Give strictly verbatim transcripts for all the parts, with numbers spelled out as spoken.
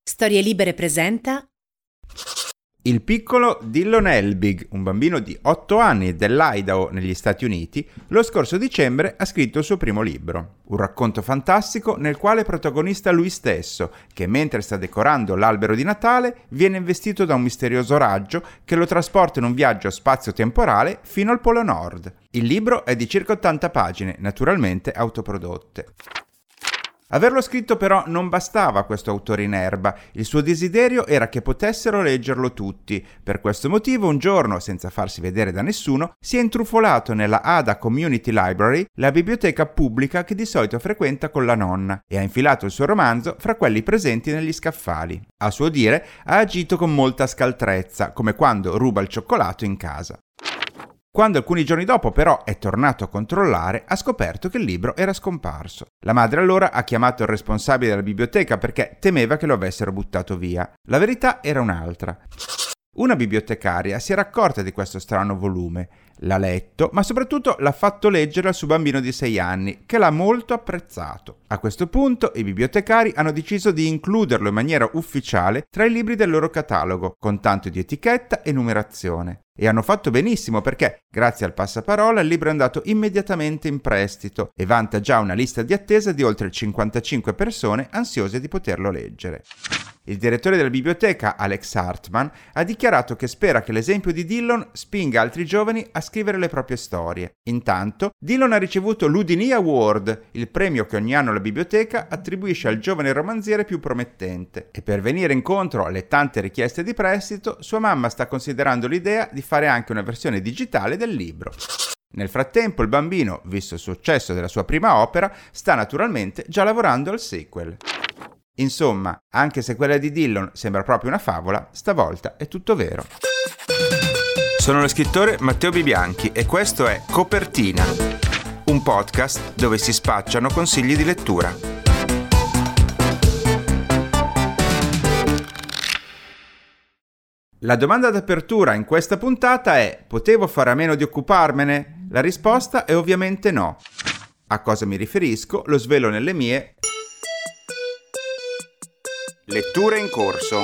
Storie Libere presenta Il piccolo Dillon Helbig, un bambino di otto anni dell'Idaho negli Stati Uniti, lo scorso dicembre ha scritto il suo primo libro. Un racconto fantastico nel quale è protagonista lui stesso, che mentre sta decorando l'albero di Natale viene investito da un misterioso raggio che lo trasporta in un viaggio spazio-temporale fino al Polo Nord. Il libro è di circa ottanta pagine, naturalmente autoprodotte. Averlo scritto però non bastava a questo autore in erba, il suo desiderio era che potessero leggerlo tutti. Per questo motivo un giorno, senza farsi vedere da nessuno, si è intrufolato nella Ada Community Library, la biblioteca pubblica che di solito frequenta con la nonna, e ha infilato il suo romanzo fra quelli presenti negli scaffali. A suo dire ha agito con molta scaltrezza, come quando ruba il cioccolato in casa. Quando alcuni giorni dopo però è tornato a controllare, ha scoperto che il libro era scomparso. La madre allora ha chiamato il responsabile della biblioteca perché temeva che lo avessero buttato via. La verità era un'altra. Una bibliotecaria si era accorta di questo strano volume, l'ha letto, ma soprattutto l'ha fatto leggere al suo bambino di sei anni, che l'ha molto apprezzato. A questo punto i bibliotecari hanno deciso di includerlo in maniera ufficiale tra i libri del loro catalogo, con tanto di etichetta e numerazione. E hanno fatto benissimo perché, grazie al passaparola, il libro è andato immediatamente in prestito e vanta già una lista di attesa di oltre cinquantacinque persone ansiose di poterlo leggere. Il direttore della biblioteca, Alex Hartman, ha dichiarato che spera che l'esempio di Dillon spinga altri giovani a scrivere le proprie storie. Intanto, Dillon ha ricevuto l'Houdini Award, il premio che ogni anno la biblioteca attribuisce al giovane romanziere più promettente. E per venire incontro alle tante richieste di prestito, sua mamma sta considerando l'idea di fare anche una versione digitale del libro. Nel frattempo, il bambino, visto il successo della sua prima opera, sta naturalmente già lavorando al sequel. Insomma, anche se quella di Dillon sembra proprio una favola, stavolta è tutto vero. Sono lo scrittore Matteo Bibianchi e questo è Copertina, un podcast dove si spacciano consigli di lettura. La domanda d'apertura in questa puntata è: potevo fare a meno di occuparmene? La risposta è ovviamente no. A cosa mi riferisco lo svelo nelle mie Letture in corso.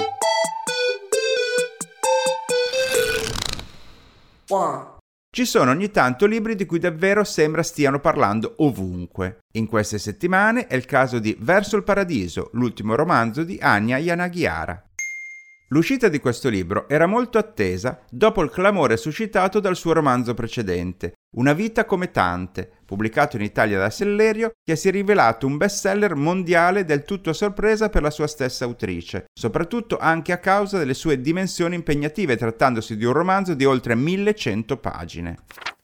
Ci sono ogni tanto libri di cui davvero sembra stiano parlando ovunque. In queste settimane è il caso di Verso il Paradiso, l'ultimo romanzo di Anya Yanagihara. L'uscita di questo libro era molto attesa dopo il clamore suscitato dal suo romanzo precedente, Una vita come tante, pubblicato in Italia da Sellerio, che si è rivelato un bestseller mondiale del tutto a sorpresa per la sua stessa autrice, soprattutto anche a causa delle sue dimensioni impegnative, trattandosi di un romanzo di oltre millecento pagine.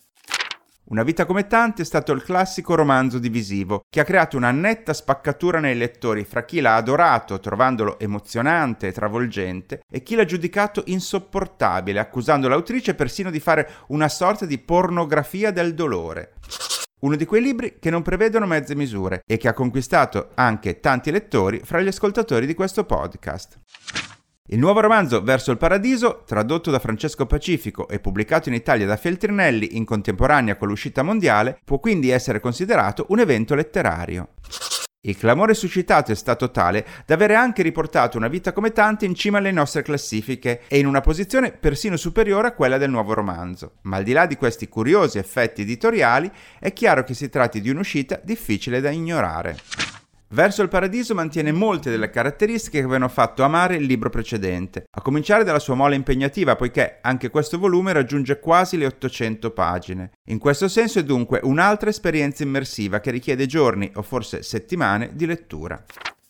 Una vita come tante è stato il classico romanzo divisivo, che ha creato una netta spaccatura nei lettori fra chi l'ha adorato trovandolo emozionante e travolgente e chi l'ha giudicato insopportabile, accusando l'autrice persino di fare una sorta di pornografia del dolore. Uno di quei libri che non prevedono mezze misure e che ha conquistato anche tanti lettori fra gli ascoltatori di questo podcast. Il nuovo romanzo Verso il Paradiso, tradotto da Francesco Pacifico e pubblicato in Italia da Feltrinelli in contemporanea con l'uscita mondiale, può quindi essere considerato un evento letterario. Il clamore suscitato è stato tale da avere anche riportato Una vita come tante in cima alle nostre classifiche e in una posizione persino superiore a quella del nuovo romanzo. Ma al di là di questi curiosi effetti editoriali, è chiaro che si tratti di un'uscita difficile da ignorare. Verso il Paradiso mantiene molte delle caratteristiche che avevano fatto amare il libro precedente, a cominciare dalla sua mole impegnativa, poiché anche questo volume raggiunge quasi le ottocento pagine. In questo senso è dunque un'altra esperienza immersiva che richiede giorni o forse settimane di lettura.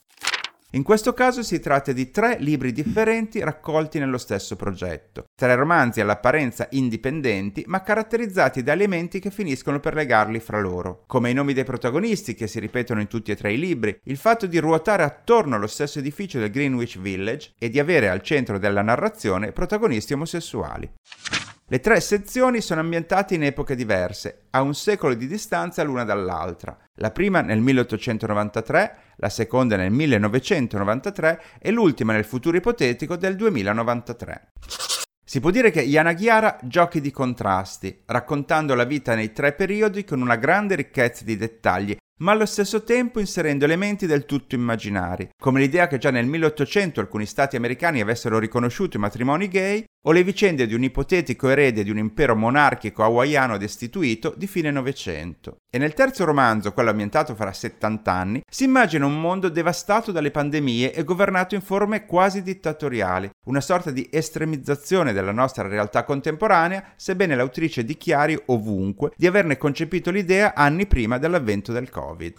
In questo caso si tratta di tre libri differenti raccolti nello stesso progetto, tre romanzi all'apparenza indipendenti ma caratterizzati da elementi che finiscono per legarli fra loro, come i nomi dei protagonisti che si ripetono in tutti e tre i libri, il fatto di ruotare attorno allo stesso edificio del Greenwich Village e di avere al centro della narrazione protagonisti omosessuali. Le tre sezioni sono ambientate in epoche diverse, a un secolo di distanza l'una dall'altra. La prima nel milleottocentonovantatré, la seconda nel millenovecentonovantatré e l'ultima nel futuro ipotetico del duemilanovantatré. Si può dire che Yanagihara giochi di contrasti, raccontando la vita nei tre periodi con una grande ricchezza di dettagli, ma allo stesso tempo inserendo elementi del tutto immaginari, come l'idea che già nel milleottocento alcuni stati americani avessero riconosciuto i matrimoni gay, o le vicende di un ipotetico erede di un impero monarchico hawaiano destituito di fine Novecento. E nel terzo romanzo, quello ambientato fra settanta anni, si immagina un mondo devastato dalle pandemie e governato in forme quasi dittatoriali, una sorta di estremizzazione della nostra realtà contemporanea, sebbene l'autrice dichiari ovunque di averne concepito l'idea anni prima dell'avvento del Covid.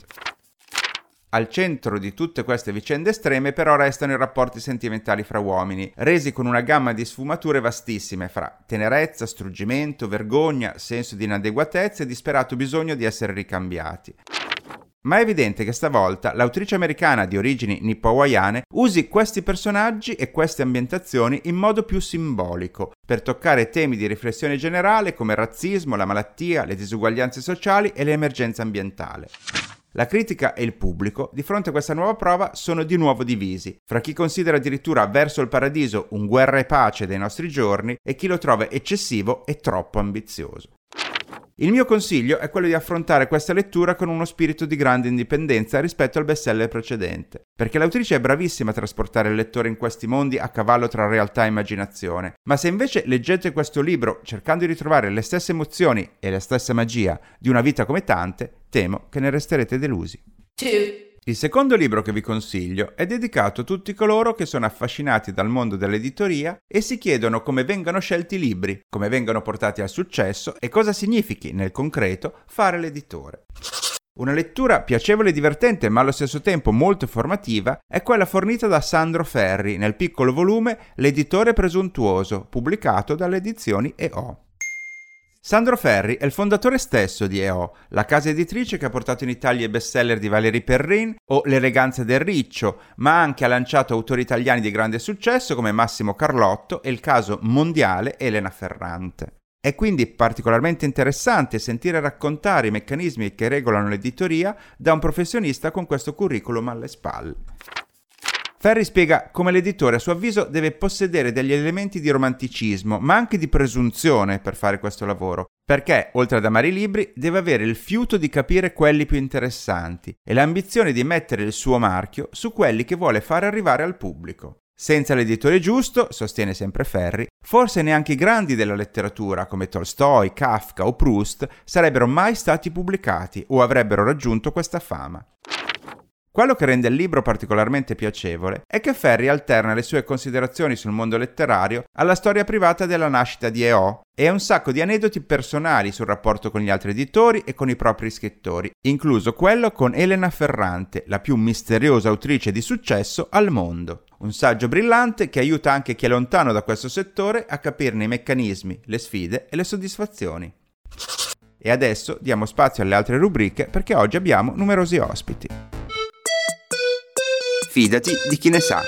Al centro di tutte queste vicende estreme però restano i rapporti sentimentali fra uomini, resi con una gamma di sfumature vastissime fra tenerezza, struggimento, vergogna, senso di inadeguatezza e disperato bisogno di essere ricambiati. Ma è evidente che stavolta l'autrice americana di origini nippo-hawaiane usi questi personaggi e queste ambientazioni in modo più simbolico, per toccare temi di riflessione generale come il razzismo, la malattia, le disuguaglianze sociali e l'emergenza ambientale. La critica e il pubblico, di fronte a questa nuova prova, sono di nuovo divisi, fra chi considera addirittura Verso il Paradiso un guerra e pace dei nostri giorni e chi lo trova eccessivo e troppo ambizioso. Il mio consiglio è quello di affrontare questa lettura con uno spirito di grande indipendenza rispetto al bestseller precedente, perché l'autrice è bravissima a trasportare il lettore in questi mondi a cavallo tra realtà e immaginazione, ma se invece leggete questo libro cercando di ritrovare le stesse emozioni e la stessa magia di una vita come tante, temo che ne resterete delusi. Two. Il secondo libro che vi consiglio è dedicato a tutti coloro che sono affascinati dal mondo dell'editoria e si chiedono come vengano scelti i libri, come vengano portati al successo e cosa significhi, nel concreto, fare l'editore. Una lettura piacevole e divertente, ma allo stesso tempo molto formativa, è quella fornita da Sandro Ferri nel piccolo volume L'editore presuntuoso, pubblicato dalle edizioni E O. Sandro Ferri è il fondatore stesso di E O, la casa editrice che ha portato in Italia i bestseller di Valérie Perrin o L'eleganza del riccio, ma anche ha lanciato autori italiani di grande successo come Massimo Carlotto e il caso mondiale Elena Ferrante. È quindi particolarmente interessante sentire raccontare i meccanismi che regolano l'editoria da un professionista con questo curriculum alle spalle. Ferri spiega come l'editore a suo avviso deve possedere degli elementi di romanticismo, ma anche di presunzione per fare questo lavoro, perché, oltre ad amare i libri, deve avere il fiuto di capire quelli più interessanti e l'ambizione di mettere il suo marchio su quelli che vuole fare arrivare al pubblico. Senza l'editore giusto, sostiene sempre Ferri, forse neanche i grandi della letteratura come Tolstoi, Kafka o Proust sarebbero mai stati pubblicati o avrebbero raggiunto questa fama. Quello che rende il libro particolarmente piacevole è che Ferri alterna le sue considerazioni sul mondo letterario alla storia privata della nascita di E O e ha un sacco di aneddoti personali sul rapporto con gli altri editori e con i propri scrittori, incluso quello con Elena Ferrante, la più misteriosa autrice di successo al mondo. Un saggio brillante che aiuta anche chi è lontano da questo settore a capirne i meccanismi, le sfide e le soddisfazioni. E adesso diamo spazio alle altre rubriche perché oggi abbiamo numerosi ospiti. Fidati di chi ne sa.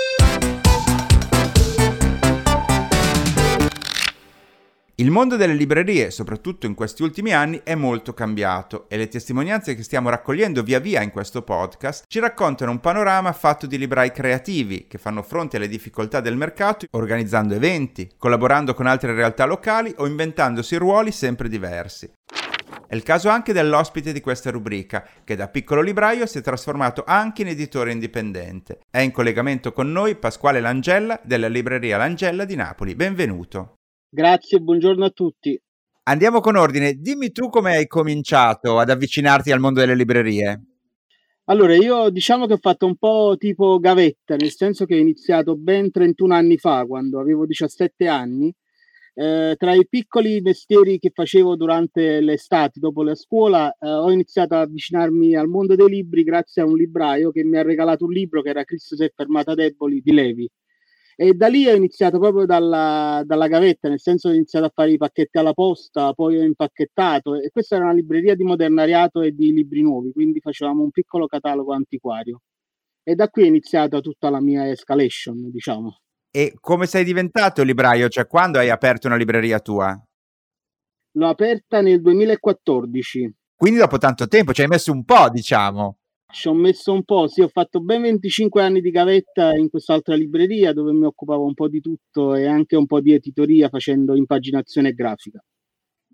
Il mondo delle librerie, soprattutto in questi ultimi anni, è molto cambiato e le testimonianze che stiamo raccogliendo via via in questo podcast ci raccontano un panorama fatto di librai creativi che fanno fronte alle difficoltà del mercato organizzando eventi, collaborando con altre realtà locali o inventandosi ruoli sempre diversi. È il caso anche dell'ospite di questa rubrica, che da piccolo libraio si è trasformato anche in editore indipendente. È in collegamento con noi Pasquale Langella della libreria Langella di Napoli. Benvenuto. Grazie, buongiorno a tutti. Andiamo con ordine. Dimmi tu come hai cominciato ad avvicinarti al mondo delle librerie. Allora, io diciamo che ho fatto un po' tipo gavetta, nel senso che ho iniziato ben trentuno anni fa, quando avevo diciassette anni. Eh, tra i piccoli mestieri che facevo durante l'estate dopo la scuola eh, ho iniziato a avvicinarmi al mondo dei libri grazie a un libraio che mi ha regalato un libro che era Cristo si è fermata deboli di Levi, e da lì ho iniziato proprio dalla, dalla gavetta, nel senso che ho iniziato a fare i pacchetti alla posta, poi ho impacchettato, e questa era una libreria di modernariato e di libri nuovi, quindi facevamo un piccolo catalogo antiquario e da qui è iniziata tutta la mia escalation, diciamo. E come sei diventato libraio? Cioè, quando hai aperto una libreria tua? L'ho aperta nel duemilaquattordici. Quindi dopo tanto tempo, ci hai messo un po', diciamo. Ci ho messo un po', sì, ho fatto ben venticinque anni di gavetta in quest'altra libreria dove mi occupavo un po' di tutto e anche un po' di editoria facendo impaginazione grafica.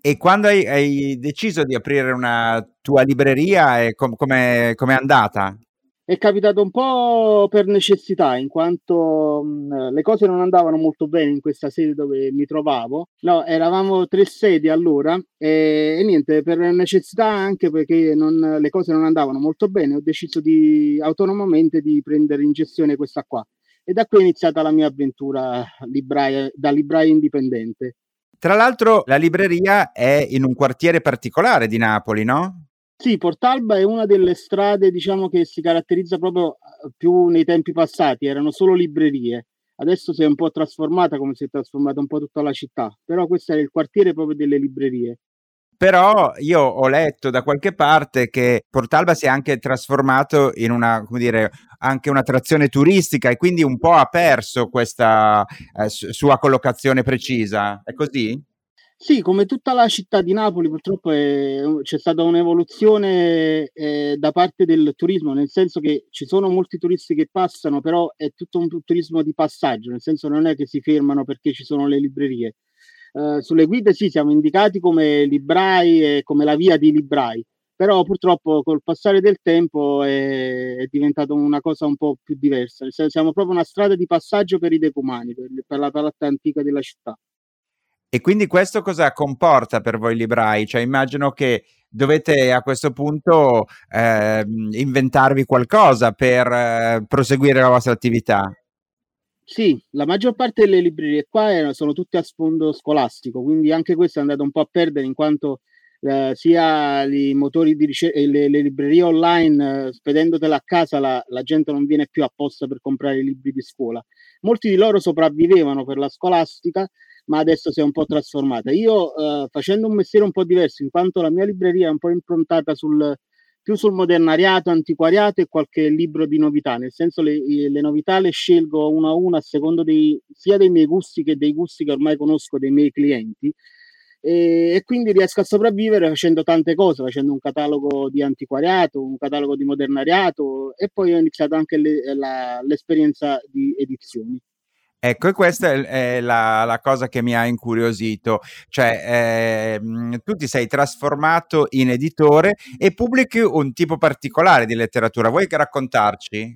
E quando hai, hai deciso di aprire una tua libreria, e com- come è andata? È capitato un po' per necessità, in quanto, mhmm, le cose non andavano molto bene in questa sede dove mi trovavo. No, eravamo tre sedi allora, ehm, e niente, per necessità, anche perché non le cose non andavano molto bene, ho deciso di autonomamente di prendere in gestione questa qua. E da qui è iniziata la mia avventura libraia da libraio indipendente. Tra l'altro la libreria è in un quartiere particolare di Napoli, no? Sì, Portalba è una delle strade, diciamo, che si caratterizza proprio, uhm, più nei tempi passati, erano solo librerie. Adesso si è un po' trasformata, come si è trasformata un po' tutta la città, però questo era il quartiere proprio delle librerie. Però io ho letto da qualche parte che Portalba si è anche trasformato in una, come dire, anche un'attrazione turistica, e quindi un po' ha perso questa eh, su- sua collocazione precisa. È così? Sì, come tutta la città di Napoli purtroppo è u c'è stata un'evoluzione, ehm, da parte del turismo, nel senso che ci sono molti turisti che passano, però è tutto un tu turismo di passaggio, nel senso non è che si fermano perché ci sono le librerie. Uhm, sulle guide sì, siamo indicati come librai e come la via dei librai, però purtroppo col passare del tempo è è diventato una cosa un po' più diversa, nel sen siamo proprio una strada di passaggio per i decumani, per per la parte antica della città. E quindi questo cosa comporta per voi librai? Cioè immagino che dovete a questo punto ehm, inventarvi qualcosa per eh, proseguire la vostra attività. Sì, la maggior parte delle librerie qua era sono tutte a sfondo scolastico, quindi anche questo è andato un po' a perdere in quanto, ehm, sia i motori di rice e le le librerie online, eh, spedendotela a casa, la la gente non viene più apposta per comprare i libri di scuola. Molti di loro sopravvivevano per la scolastica, ma adesso si è un po' trasformata. Io, ehm, facendo un mestiere un po' diverso, in quanto la mia libreria è un po' improntata sul più sul modernariato, antiquariato e qualche libro di novità, nel senso le i le novità le scelgo una a una a secondo dei sia dei miei gusti che dei gusti che ormai conosco dei miei clienti, ehm, e quindi riesco a sopravvivere facendo tante cose, facendo un catalogo di antiquariato, un catalogo di modernariato e poi ho iniziato anche le la l'esperienza di edizioni. Ecco, e questa è, è la, la cosa che mi ha incuriosito, cioè ehm, tu ti sei trasformato in editore e pubblichi un tipo particolare di letteratura. Vuoi che raccontarci?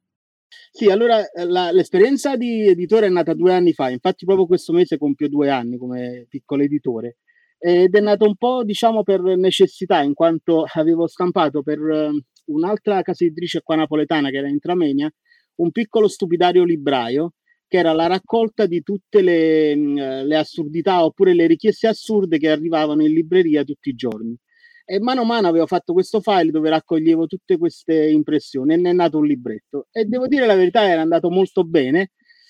Sì, allora, ehm, la l'esperienza di editore è nata due anni fa, infatti proprio questo mese compio due anni come piccolo editore, ed è nato un po', diciamo, per necessità, in quanto avevo stampato per eh, un'altra casa editrice qua napoletana, che era Intramenia, un piccolo stupidario libraio, che era la raccolta di tutte le mhmm, ehm, le assurdità, oppure le richieste assurde che arrivavano in libreria tutti i giorni. E mano a mano avevo fatto questo file dove raccoglievo tutte queste impressioni e ne è nato un libretto. E devo dire la verità, era andato molto bene.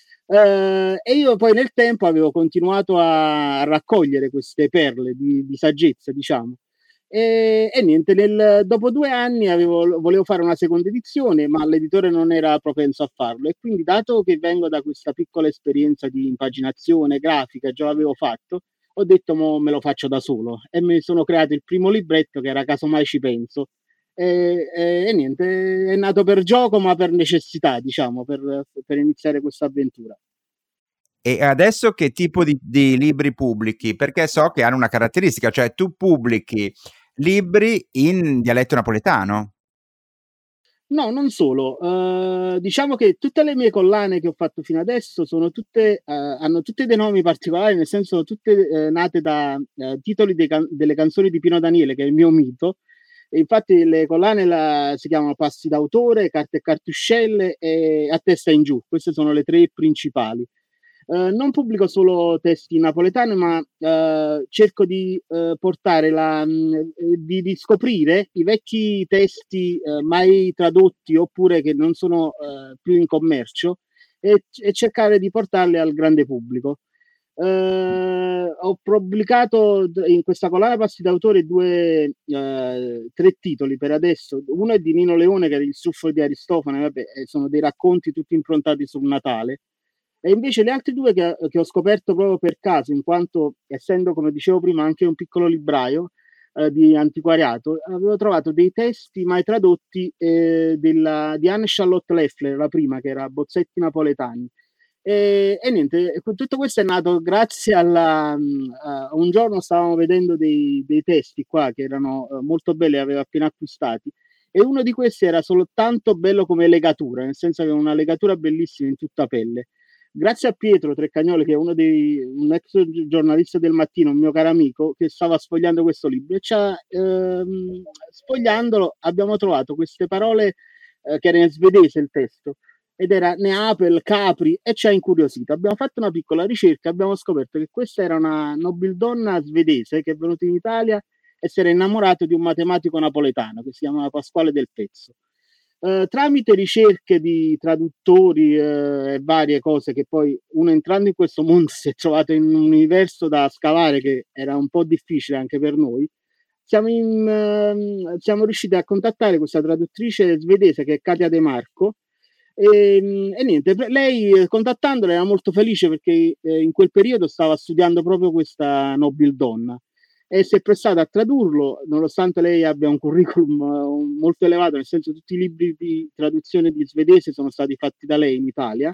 Ehm, e io poi nel tempo avevo continuato a raccogliere queste perle di di saggezza, diciamo. Ehm, e niente, nel dopo due anni avevo volevo fare una seconda edizione, ma l'editore non era propenso a farlo, e quindi, dato che vengo da questa piccola esperienza di impaginazione grafica, già l'avevo fatto, ho detto: "Mo' me lo faccio da solo", e mi sono creato il primo libretto che era "Casomai ci penso". Ehm, e e niente, è nato per gioco, ma per necessità, diciamo, per per iniziare questa avventura. E adesso che tipo di, di libri pubblichi? Perché so che hanno una caratteristica, cioè tu pubblichi libri in dialetto napoletano. No, non solo. Uhm, diciamo che tutte le mie collane che ho fatto fino adesso sono tutte uhm, hanno tutte dei nomi particolari, nel senso tutte, ehm, nate da, ehm, titoli dei can delle canzoni di Pino Daniele, che è il mio mito, e infatti le collane la si chiamano Passi d'autore, Carte e cartuscelle e A testa in giù. Queste sono le tre principali. Uhm, non pubblico solo testi napoletani, ma, uhm, cerco di, uhm, portare la mhmm, ehm, di di scoprire i vecchi testi, uhm, mai tradotti oppure che non sono, uhm, più in commercio, e c e cercare di portarli al grande pubblico. Uhm, ho pubblicato d in questa collana passi d'autore due uhm, tre titoli per adesso. Uno è di Nino Leone, che è Il Ciuffo di Aristofane, vabbè, ehm, sono dei racconti tutti improntati sul Natale. E invece le altre due che che ho scoperto proprio per caso, in quanto essendo, come dicevo prima, anche un piccolo libraio, uhm, di antiquariato, avevo trovato dei testi mai tradotti, ehm, della di Anne Charlotte Loeffler, la prima, che era Bozzetti napoletani. E, e niente, tutto questo è nato grazie alla, a un giorno stavamo vedendo dei, dei testi qua che erano molto belli, avevo appena acquistati, e uno di questi era soltanto bello come legatura, nel senso che è una legatura bellissima in tutta pelle. Grazie a Pietro Treccagnoli, che è uno dei, un ex giornalista del Mattino, un mio caro amico, che stava sfogliando questo libro, e c'ha, ehm, sfogliandolo abbiamo trovato queste parole eh, che era in svedese il testo, ed era Neapel, Capri, e ci ha incuriosito. Abbiamo fatto una piccola ricerca, abbiamo scoperto che questa era una nobildonna svedese che è venuta in Italia e si era innamorato di un matematico napoletano che si chiamava Pasquale Del Pezzo. Uh, tramite ricerche di traduttori uh, e varie cose, che poi uno entrando in questo mondo si è trovato in un universo da scavare che era un po' difficile anche per noi, siamo, in, uh, siamo riusciti a contattare questa traduttrice svedese che è Katia De Marco, e, e niente, lei contattandola era molto felice perché eh, in quel periodo stava studiando proprio questa nobildonna e si è prestata a tradurlo, nonostante lei abbia un curriculum uh, molto elevato, nel senso che tutti i libri di traduzione di svedese sono stati fatti da lei in Italia,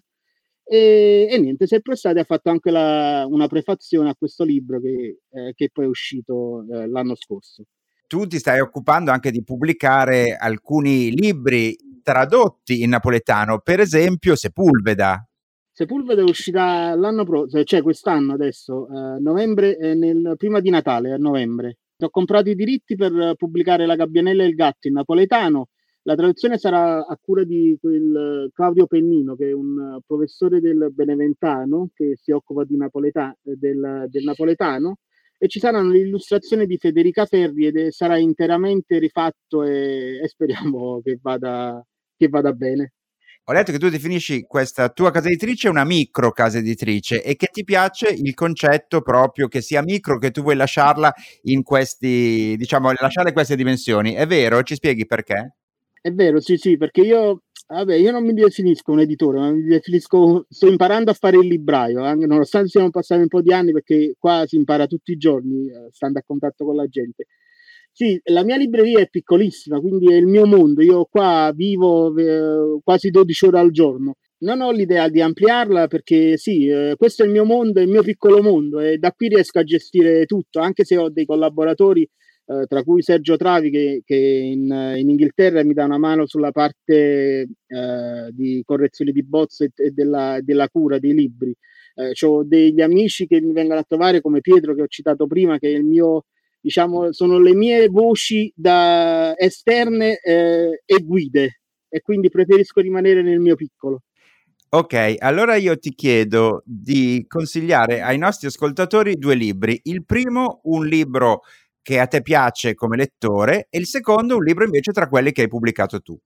e, e niente, si è prestata e ha fatto anche la, una prefazione a questo libro che, eh, che poi è uscito eh, l'anno scorso. Tu ti stai occupando anche di pubblicare alcuni libri tradotti in napoletano, per esempio Sepulveda. Sepulveda è uscita l'anno prossimo, cioè quest'anno adesso, eh, novembre, eh, nel, prima di Natale, a novembre. Ho comprato i diritti per pubblicare La Gabbianella e il gatto in napoletano. La traduzione sarà a cura di quel Claudio Pennino, che è un professore del Beneventano, che si occupa di napoleta- del, del napoletano, e ci saranno le illustrazioni di Federica Ferri ed è, sarà interamente rifatto e, e speriamo che vada, che vada bene. Ho letto che tu definisci questa tua casa editrice una micro casa editrice e che ti piace il concetto proprio che sia micro, che tu vuoi lasciarla in questi, diciamo, lasciare queste dimensioni. È vero? Ci spieghi perché? È vero, sì, sì, perché io, vabbè, io non mi definisco un editore, ma mi definisco, sto imparando a fare il libraio, anche nonostante siano passati un po' di anni, perché qua si impara tutti i giorni, eh, stando a contatto con la gente. Sì, la mia libreria è piccolissima, quindi è il mio mondo. Io qua vivo eh, quasi dodici ore al giorno. Non ho l'idea di ampliarla perché sì, eh, questo è il mio mondo, è il mio piccolo mondo e da qui riesco a gestire tutto, anche se ho dei collaboratori, eh, tra cui Sergio Travi che, che in, in Inghilterra mi dà una mano sulla parte eh, di correzione di bozze e della, della cura dei libri. Eh, ho degli amici che mi vengono a trovare come Pietro che ho citato prima, che è il mio, diciamo, sono le mie voci da esterne eh, e guide, e quindi preferisco rimanere nel mio piccolo. Ok, allora io ti chiedo di consigliare ai nostri ascoltatori due libri. Il primo, un libro che a te piace come lettore, e il secondo, un libro invece tra quelli che hai pubblicato tu.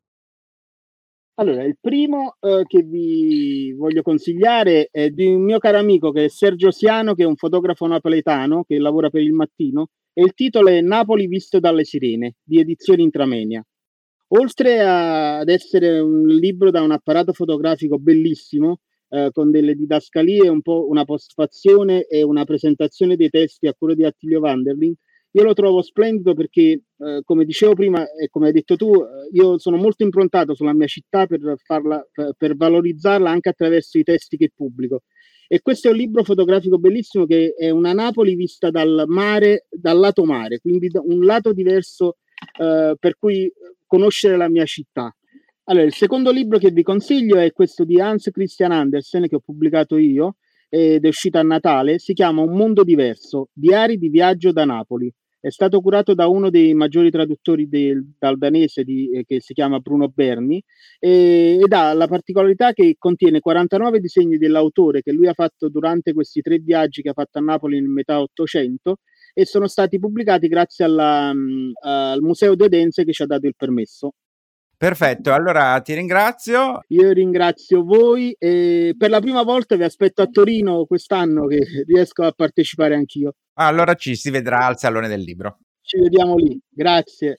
Allora, il primo eh, che vi voglio consigliare è di un mio caro amico che è Sergio Siano, che è un fotografo napoletano che lavora per Il Mattino, e il titolo è Napoli visto dalle sirene, di Edizioni Intramenia. Oltre a, ad essere un libro da un apparato fotografico bellissimo, eh, con delle didascalie, un po' una postfazione e una presentazione dei testi a cura di Attilio Vanderlin, io lo trovo splendido perché, eh, come dicevo prima e come hai detto tu, eh, io sono molto improntato sulla mia città per, farla, per valorizzarla anche attraverso i testi che pubblico. E questo è un libro fotografico bellissimo che è una Napoli vista dal mare, dal lato mare, quindi un lato diverso eh, per cui conoscere la mia città. Allora, il secondo libro che vi consiglio è questo di Hans Christian Andersen che ho pubblicato io ed è uscito a Natale, si chiama Un mondo diverso, diari di viaggio da Napoli. È stato curato da uno dei maggiori traduttori del, dal danese di, eh, che si chiama Bruno Berni e, ed ha la particolarità che contiene quarantanove disegni dell'autore che lui ha fatto durante questi tre viaggi che ha fatto a Napoli nel metà Ottocento e sono stati pubblicati grazie alla, mh, al Museo di Odense che ci ha dato il permesso. Perfetto, allora ti ringrazio. Io ringrazio voi e per la prima volta vi aspetto a Torino quest'anno che riesco a partecipare anch'io. Allora ci si vedrà al Salone del Libro. Ci vediamo lì, grazie.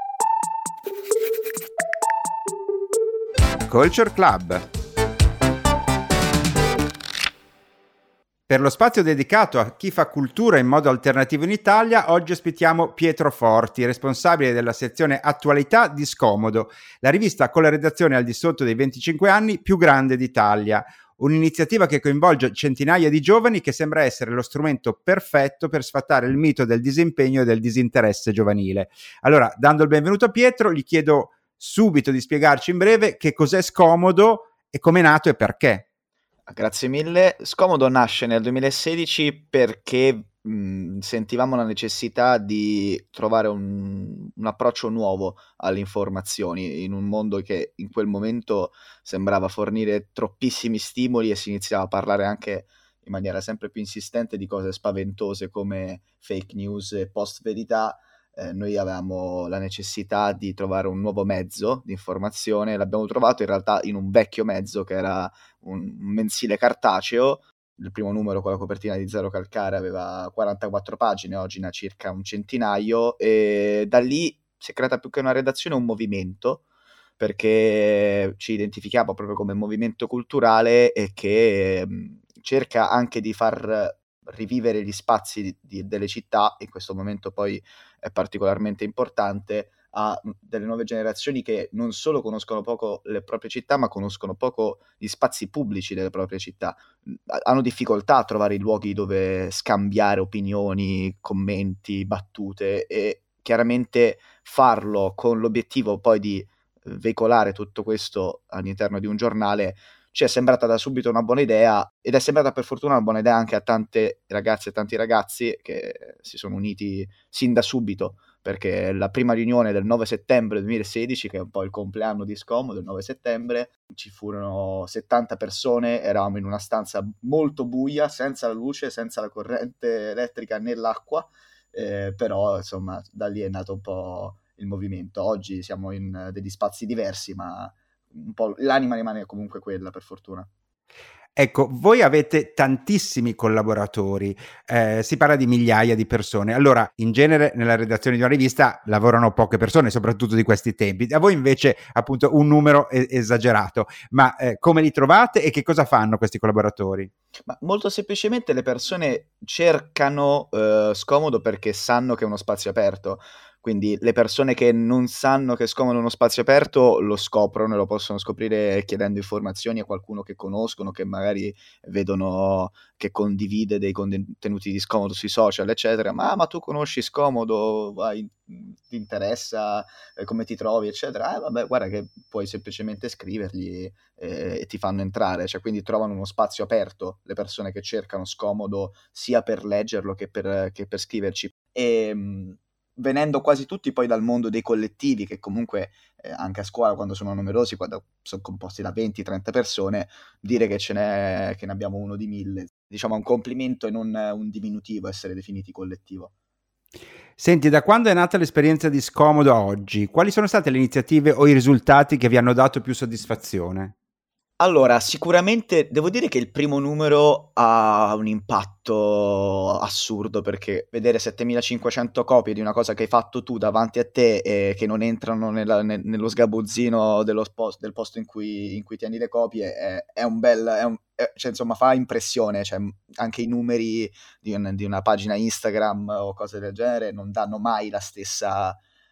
Culture Club. Per lo spazio dedicato a chi fa cultura in modo alternativo in Italia, oggi ospitiamo Pietro Forti, responsabile della sezione Attualità di Scomodo, la rivista con la redazione al di sotto dei venticinque anni più grande d'Italia. un'iniziativa che coinvolge centinaia di giovani che sembra essere lo strumento perfetto per sfatare il mito del disimpegno e del disinteresse giovanile. Allora, dando il benvenuto a Pietro, gli chiedo subito di spiegarci in breve che cos'è Scomodo e come è nato e perché. Grazie mille. Scomodo nasce nel duemilasedici perché mh, sentivamo la necessità di trovare un, un approccio nuovo alle informazioni in un mondo che in quel momento sembrava fornire troppissimi stimoli e si iniziava a parlare anche in maniera sempre più insistente di cose spaventose come fake news e post-verità. Eh, noi avevamo la necessità di trovare un nuovo mezzo di informazione, l'abbiamo trovato in realtà in un vecchio mezzo che era un, un mensile cartaceo. Il primo numero con la copertina di Zero Calcare aveva quarantaquattro pagine, oggi ne ha circa un centinaio, e da lì si è creata più che una redazione un movimento, perché ci identifichiamo proprio come movimento culturale e che mh, cerca anche di far rivivere gli spazi di, di, delle città. In questo momento poi è particolarmente importante a delle nuove generazioni che non solo conoscono poco le proprie città, ma conoscono poco gli spazi pubblici delle proprie città. Hanno difficoltà a trovare i luoghi dove scambiare opinioni, commenti, battute, e chiaramente farlo con l'obiettivo poi di veicolare tutto questo all'interno di un giornale ci è sembrata da subito una buona idea, ed è sembrata per fortuna una buona idea anche a tante ragazze e tanti ragazzi che si sono uniti sin da subito, perché la prima riunione del nove settembre duemilasedici, che è un po' il compleanno di Scomodo, il nove settembre, ci furono settanta persone, eravamo in una stanza molto buia, senza la luce, senza la corrente elettrica né l'acqua, eh, però insomma da lì è nato un po' il movimento. Oggi siamo in degli spazi diversi, ma un po' l'anima rimane comunque quella, per fortuna. Ecco, voi avete tantissimi collaboratori, eh, si parla di migliaia di persone. Allora, in genere nella redazione di una rivista lavorano poche persone, soprattutto di questi tempi. A voi invece, appunto, un numero es- esagerato. Ma eh, come li trovate e che cosa fanno questi collaboratori? Ma molto semplicemente le persone cercano eh, Scomodo perché sanno che è uno spazio aperto. Quindi le persone che non sanno che Scomodo è uno spazio aperto lo scoprono e lo possono scoprire chiedendo informazioni a qualcuno che conoscono, che magari vedono che condivide dei contenuti di Scomodo sui social, eccetera. Ma, ma tu conosci Scomodo? Hai, ti interessa? Eh, come ti trovi? Eccetera. Eh, vabbè, guarda che puoi semplicemente scrivergli eh, e ti fanno entrare. Cioè, quindi trovano uno spazio aperto le persone che cercano Scomodo sia per leggerlo che per, che per scriverci. E mh, venendo quasi tutti poi dal mondo dei collettivi, che comunque eh, anche a scuola, quando sono numerosi, quando sono composti da venti trenta persone, dire che ce n'è, che ne abbiamo uno di mille, diciamo, è un complimento e non un diminutivo essere definiti collettivo. Senti, da quando è nata l'esperienza di Scomodo a oggi, quali sono state le iniziative o i risultati che vi hanno dato più soddisfazione? Allora, sicuramente devo dire che il primo numero ha un impatto assurdo, perché vedere settemilacinquecento copie di una cosa che hai fatto tu davanti a te e che non entrano nella, ne, nello sgabuzzino dello post, del posto in cui, in cui tieni le copie è, è un bel... È un, è, cioè, insomma, fa impressione. Cioè, anche i numeri di, un, di una pagina Instagram o cose del genere non danno mai la stessa...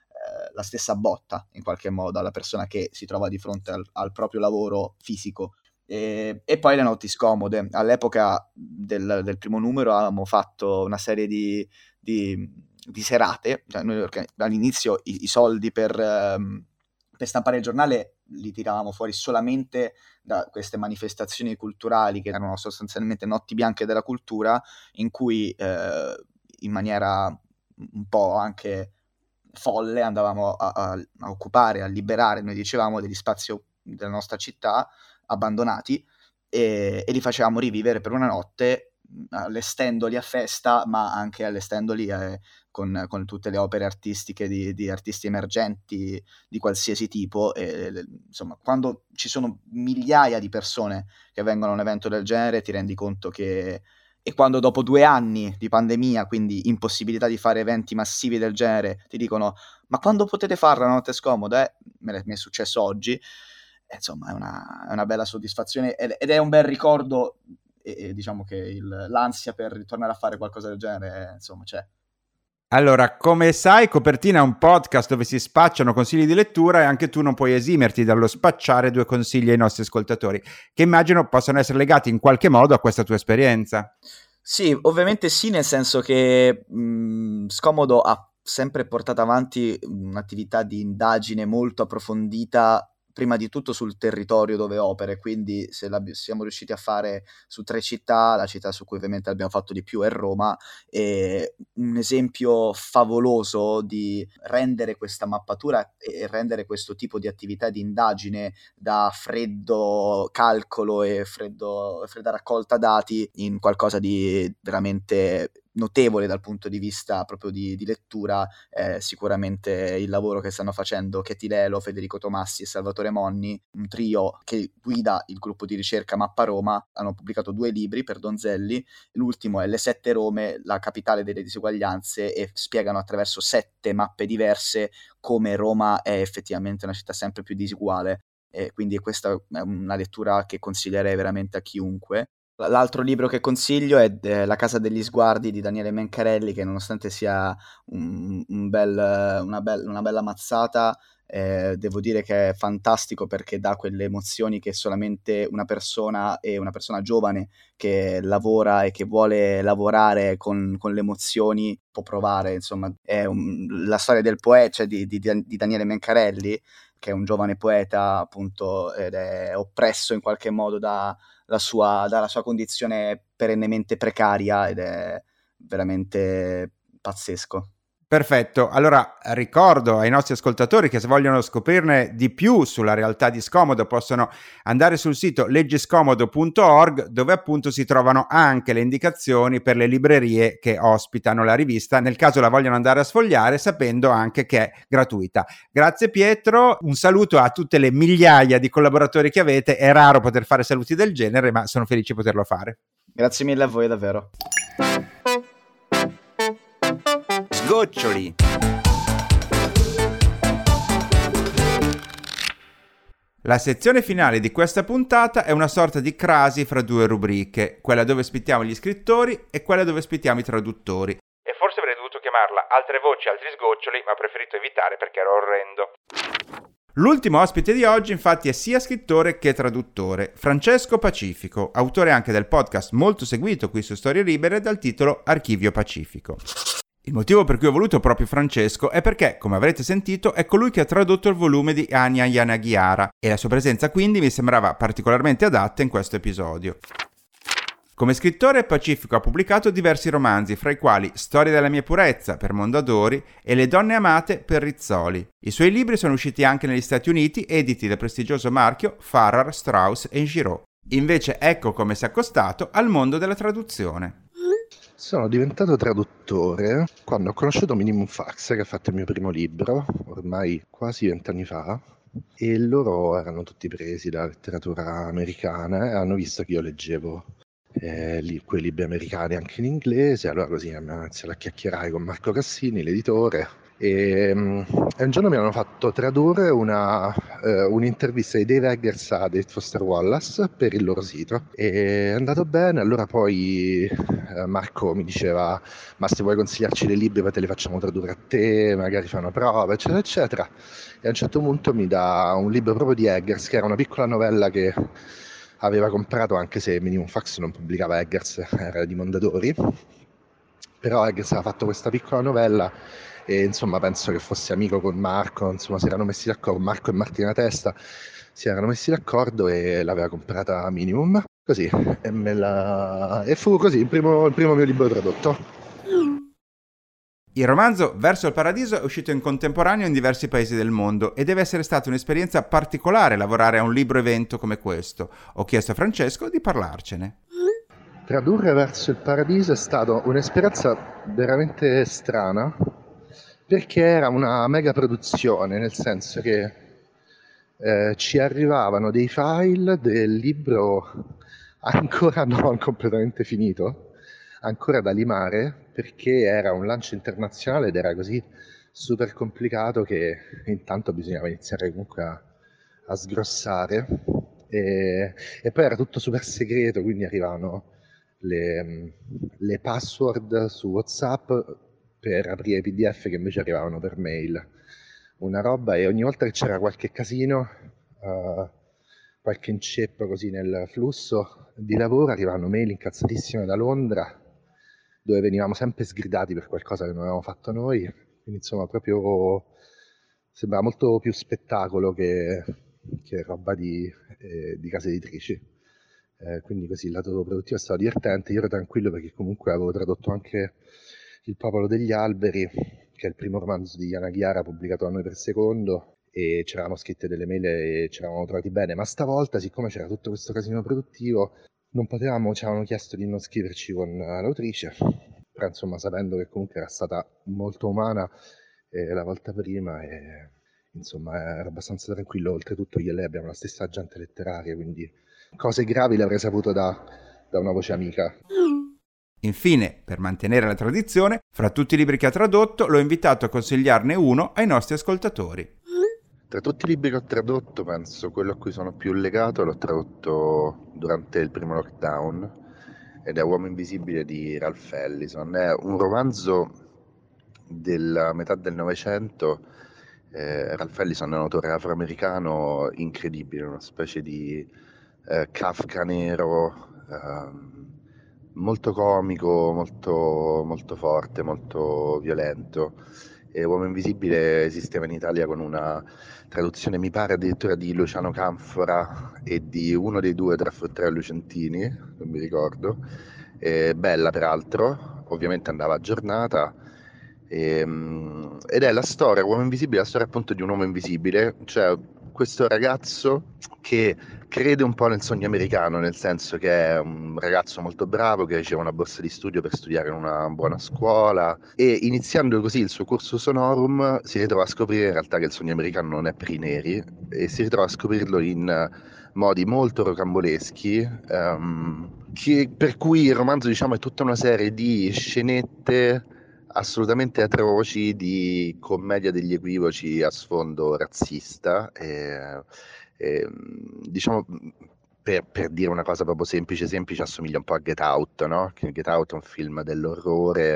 la stessa botta in qualche modo alla persona che si trova di fronte al, al proprio lavoro fisico. E, e poi le notti scomode. All'epoca del, del primo numero avevamo fatto una serie di, di, di serate, cioè noi all'inizio i, i soldi per, um, per stampare il giornale li tiravamo fuori solamente da queste manifestazioni culturali che erano sostanzialmente notti bianche della cultura, in cui eh, in maniera un po' anche folle andavamo a, a, a occupare, a liberare, noi dicevamo, degli spazi della nostra città abbandonati e, e li facevamo rivivere per una notte, allestendoli a festa, ma anche allestendoli eh, con, con tutte le opere artistiche di, di artisti emergenti di qualsiasi tipo. E, insomma, quando ci sono migliaia di persone che vengono a un evento del genere, ti rendi conto che e quando dopo due anni di pandemia, quindi impossibilità di fare eventi massivi del genere, ti dicono ma quando potete farla la notte scomoda? Eh, mi è successo oggi. E, insomma, è una, è una bella soddisfazione ed, ed è un bel ricordo, e, e diciamo che il, l'ansia per ritornare a fare qualcosa del genere, insomma, c'è. Allora, come sai, Copertina è un podcast dove si spacciano consigli di lettura e anche tu non puoi esimerti dallo spacciare due consigli ai nostri ascoltatori, che immagino possano essere legati in qualche modo a questa tua esperienza. Sì, ovviamente sì, nel senso che mh, Scomodo ha sempre portato avanti un'attività di indagine molto approfondita, prima di tutto sul territorio dove opera, quindi se la siamo riusciti a fare su tre città, la città su cui ovviamente abbiamo fatto di più è Roma, e un esempio favoloso di rendere questa mappatura e rendere questo tipo di attività di indagine da freddo calcolo e freddo, fredda raccolta dati in qualcosa di veramente notevole dal punto di vista proprio di, di lettura. Eh, sicuramente il lavoro che stanno facendo Katie Lelo, Federico Tomassi e Salvatore Monni, un trio che guida il gruppo di ricerca Mappa Roma. Hanno pubblicato due libri per Donzelli, l'ultimo è Le Sette Rome, la capitale delle disuguaglianze, e spiegano attraverso sette mappe diverse come Roma è effettivamente una città sempre più disuguale, e quindi questa è una lettura che consiglierei veramente a chiunque. L'altro libro che consiglio è eh, La casa degli sguardi di Daniele Mencarelli, che nonostante sia un, un bel, una, bel, una bella mazzata, eh, devo dire che è fantastico perché dà quelle emozioni che solamente una persona, e una persona giovane che lavora e che vuole lavorare con, con le emozioni può provare. Insomma, è un, la storia del poeta, cioè di, di, di Daniele Mencarelli, che è un giovane poeta appunto ed è oppresso in qualche modo da la sua, dalla sua condizione perennemente precaria, ed è veramente pazzesco. Perfetto, allora ricordo ai nostri ascoltatori che se vogliono scoprirne di più sulla realtà di Scomodo possono andare sul sito leggiscomodo punto org, dove appunto si trovano anche le indicazioni per le librerie che ospitano la rivista, nel caso la vogliono andare a sfogliare, sapendo anche che è gratuita. Grazie Pietro, un saluto a tutte le migliaia di collaboratori che avete, è raro poter fare saluti del genere, ma sono felice di poterlo fare. Grazie mille a voi davvero. Sgoccioli. La sezione finale di questa puntata è una sorta di crasi fra due rubriche, quella dove ospitiamo gli scrittori e quella dove ospitiamo i traduttori. E forse avrei dovuto chiamarla Altre voci, altri sgoccioli, ma ho preferito evitare perché era orrendo. L'ultimo ospite di oggi infatti è sia scrittore che traduttore, Francesco Pacifico, autore anche del podcast molto seguito qui su Storie Libere dal titolo Archivio Pacifico. Il motivo per cui ho voluto proprio Francesco è perché, come avrete sentito, è colui che ha tradotto il volume di Anya Yanagihara e la sua presenza quindi mi sembrava particolarmente adatta in questo episodio. Come scrittore, Pacifico ha pubblicato diversi romanzi, fra i quali Storia della mia purezza per Mondadori e Le donne amate per Rizzoli. I suoi libri sono usciti anche negli Stati Uniti, editi dal prestigioso marchio Farrar, Straus e Giraud. Invece ecco come si è accostato al mondo della traduzione. Sono diventato traduttore quando ho conosciuto Minimum Fax, che ha fatto il mio primo libro, ormai quasi vent'anni fa, e loro erano tutti presi dalla letteratura americana e hanno visto che io leggevo eh, li, quei libri americani anche in inglese. Allora così abbiamo iniziato a chiacchierare con Marco Cassini, l'editore, e, um, e un giorno mi hanno fatto tradurre una, uh, un'intervista di Dave Eggers a David Foster Wallace per il loro sito, e è andato bene. Allora poi uh, Marco mi diceva: ma se vuoi consigliarci dei libri poi te li facciamo tradurre a te, magari fai una prova, eccetera eccetera. E a un certo punto mi dà un libro proprio di Eggers, che era una piccola novella che aveva comprato, anche se Minimum Fax non pubblicava Eggers, era di Mondadori, però Eggers aveva fatto questa piccola novella e insomma penso che fosse amico con Marco, insomma si erano messi d'accordo, Marco e Martina Testa si erano messi d'accordo e l'aveva comprata Minimum, così, e, me la... e fu così il primo, il primo mio libro tradotto. Il romanzo Verso il Paradiso è uscito in contemporaneo in diversi paesi del mondo e deve essere stata un'esperienza particolare lavorare a un libro evento come questo. Ho chiesto a Francesco di parlarcene. Tradurre Verso il Paradiso è stata un'esperienza veramente strana, perché era una mega produzione, nel senso che eh, ci arrivavano dei file del libro ancora non completamente finito, ancora da limare, perché era un lancio internazionale ed era così super complicato che intanto bisognava iniziare comunque a, a sgrossare, e, e poi era tutto super segreto, quindi arrivavano le, le password su WhatsApp per aprire i P D F che invece arrivavano per mail. Una roba, e ogni volta che c'era qualche casino, uh, qualche inceppo così nel flusso di lavoro, arrivavano mail incazzatissime da Londra, dove venivamo sempre sgridati per qualcosa che non avevamo fatto noi. Quindi insomma proprio sembrava molto più spettacolo che, che roba di, eh, di case editrici. Eh, quindi così il lato produttivo è stato divertente. Io ero tranquillo perché comunque avevo tradotto anche Il popolo degli alberi, che è il primo romanzo di Yana pubblicato da noi per Secondo, e ci eravamo scritte delle mail e ci eravamo trovati bene, ma stavolta, siccome c'era tutto questo casino produttivo, non potevamo, ci avevano chiesto di non scriverci con l'autrice, però insomma sapendo che comunque era stata molto umana eh, la volta prima, e insomma ero abbastanza tranquillo. Oltretutto io e lei abbiamo la stessa agente letteraria, quindi cose gravi le avrei saputo da, da una voce amica. Infine, per mantenere la tradizione, fra tutti i libri che ha tradotto, l'ho invitato a consigliarne uno ai nostri ascoltatori. Tra tutti i libri che ho tradotto, penso quello a cui sono più legato l'ho tradotto durante il primo lockdown, ed è Uomo Invisibile di Ralph Ellison. È un romanzo della metà del Novecento. eh, Ralph Ellison è un autore afroamericano incredibile, una specie di eh, Kafka nero, ehm, molto comico, molto, molto forte, molto violento. E Uomo Invisibile esisteva in Italia con una traduzione, mi pare addirittura di Luciano Canfora e di uno dei due tra Fruttera e Lucentini, non mi ricordo. E bella peraltro, ovviamente andava aggiornata. E, ed è la storia, Uomo Invisibile, la storia appunto di un uomo invisibile, cioè questo ragazzo che crede un po' nel sogno americano, nel senso che è un ragazzo molto bravo che riceve una borsa di studio per studiare in una buona scuola, e iniziando così il suo cursus honorum si ritrova a scoprire in realtà che il sogno americano non è per i neri, e si ritrova a scoprirlo in modi molto rocamboleschi, um, che, per cui il romanzo, diciamo, è tutta una serie di scenette assolutamente atroci di commedia degli equivoci a sfondo razzista, e, e, diciamo, per, per dire una cosa proprio semplice semplice, assomiglia un po' a Get Out, no? Get Out è un film dell'orrore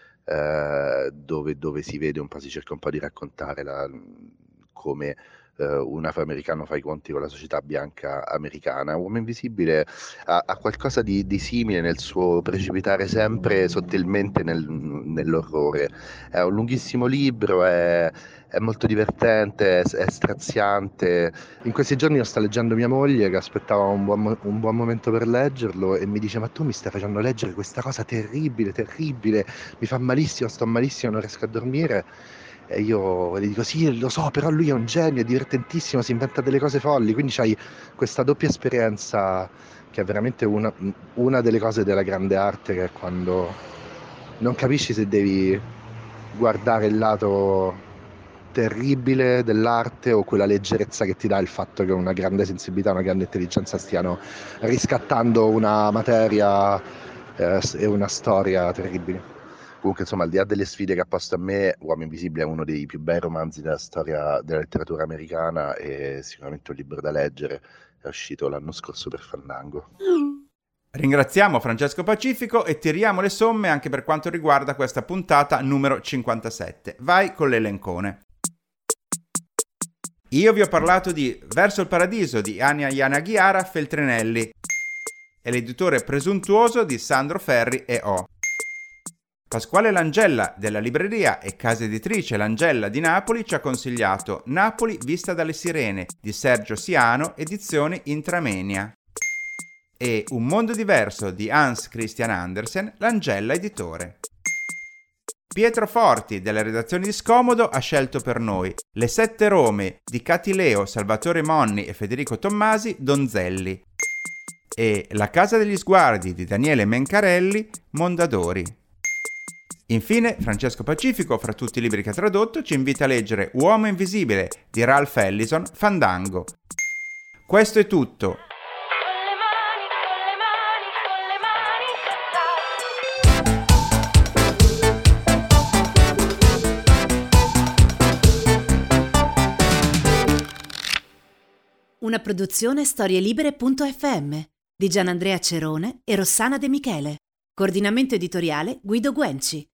eh, dove, dove si vede un po', si cerca un po' di raccontare la, come un afroamericano fa i conti con la società bianca americana. Uomo Invisibile ha, ha qualcosa di, di simile nel suo precipitare sempre sottilmente nel, nell'orrore. È un lunghissimo libro, è, è molto divertente, è, è straziante. In questi giorni lo sta leggendo mia moglie, che aspettava un buon, un buon momento per leggerlo, e mi dice: ma tu mi stai facendo leggere questa cosa terribile, terribile, mi fa malissimo, sto malissimo, non riesco a dormire. E io le dico: sì, lo so, però lui è un genio, è divertentissimo, si inventa delle cose folli. Quindi c'hai questa doppia esperienza che è veramente una, una delle cose della grande arte, che è quando non capisci se devi guardare il lato terribile dell'arte o quella leggerezza che ti dà il fatto che una grande sensibilità, una grande intelligenza stiano riscattando una materia eh, e una storia terribili. Comunque, insomma, al di là delle sfide che ha posto a me, Uomo Invisibile è uno dei più bei romanzi della storia della letteratura americana, e sicuramente un libro da leggere. È uscito l'anno scorso per Fandango. Ringraziamo Francesco Pacifico e tiriamo le somme anche per quanto riguarda questa puntata numero cinquantasette. Vai con l'elencone. Io vi ho parlato di Verso il paradiso di Ania Yanagihara Feltrinelli e l'editore presuntuoso di Sandro Ferri e O. Pasquale Langella della libreria e casa editrice Langella di Napoli ci ha consigliato Napoli vista dalle sirene di Sergio Siano, edizioni Intramenia, e Un mondo diverso di Hans Christian Andersen, Langella editore. Pietro Forti della redazione di Scomodo ha scelto per noi Le sette Rome di Catileo, Salvatore Monni e Federico Tommasi, Donzelli, e La casa degli sguardi di Daniele Mencarelli, Mondadori. Infine, Francesco Pacifico, fra tutti i libri che ha tradotto, ci invita a leggere Uomo Invisibile di Ralph Ellison, Fandango. Questo è tutto. Una produzione storielibere punto effe emme di Gianandrea Cerone e Rossana De Michele. Coordinamento editoriale Guido Guenci.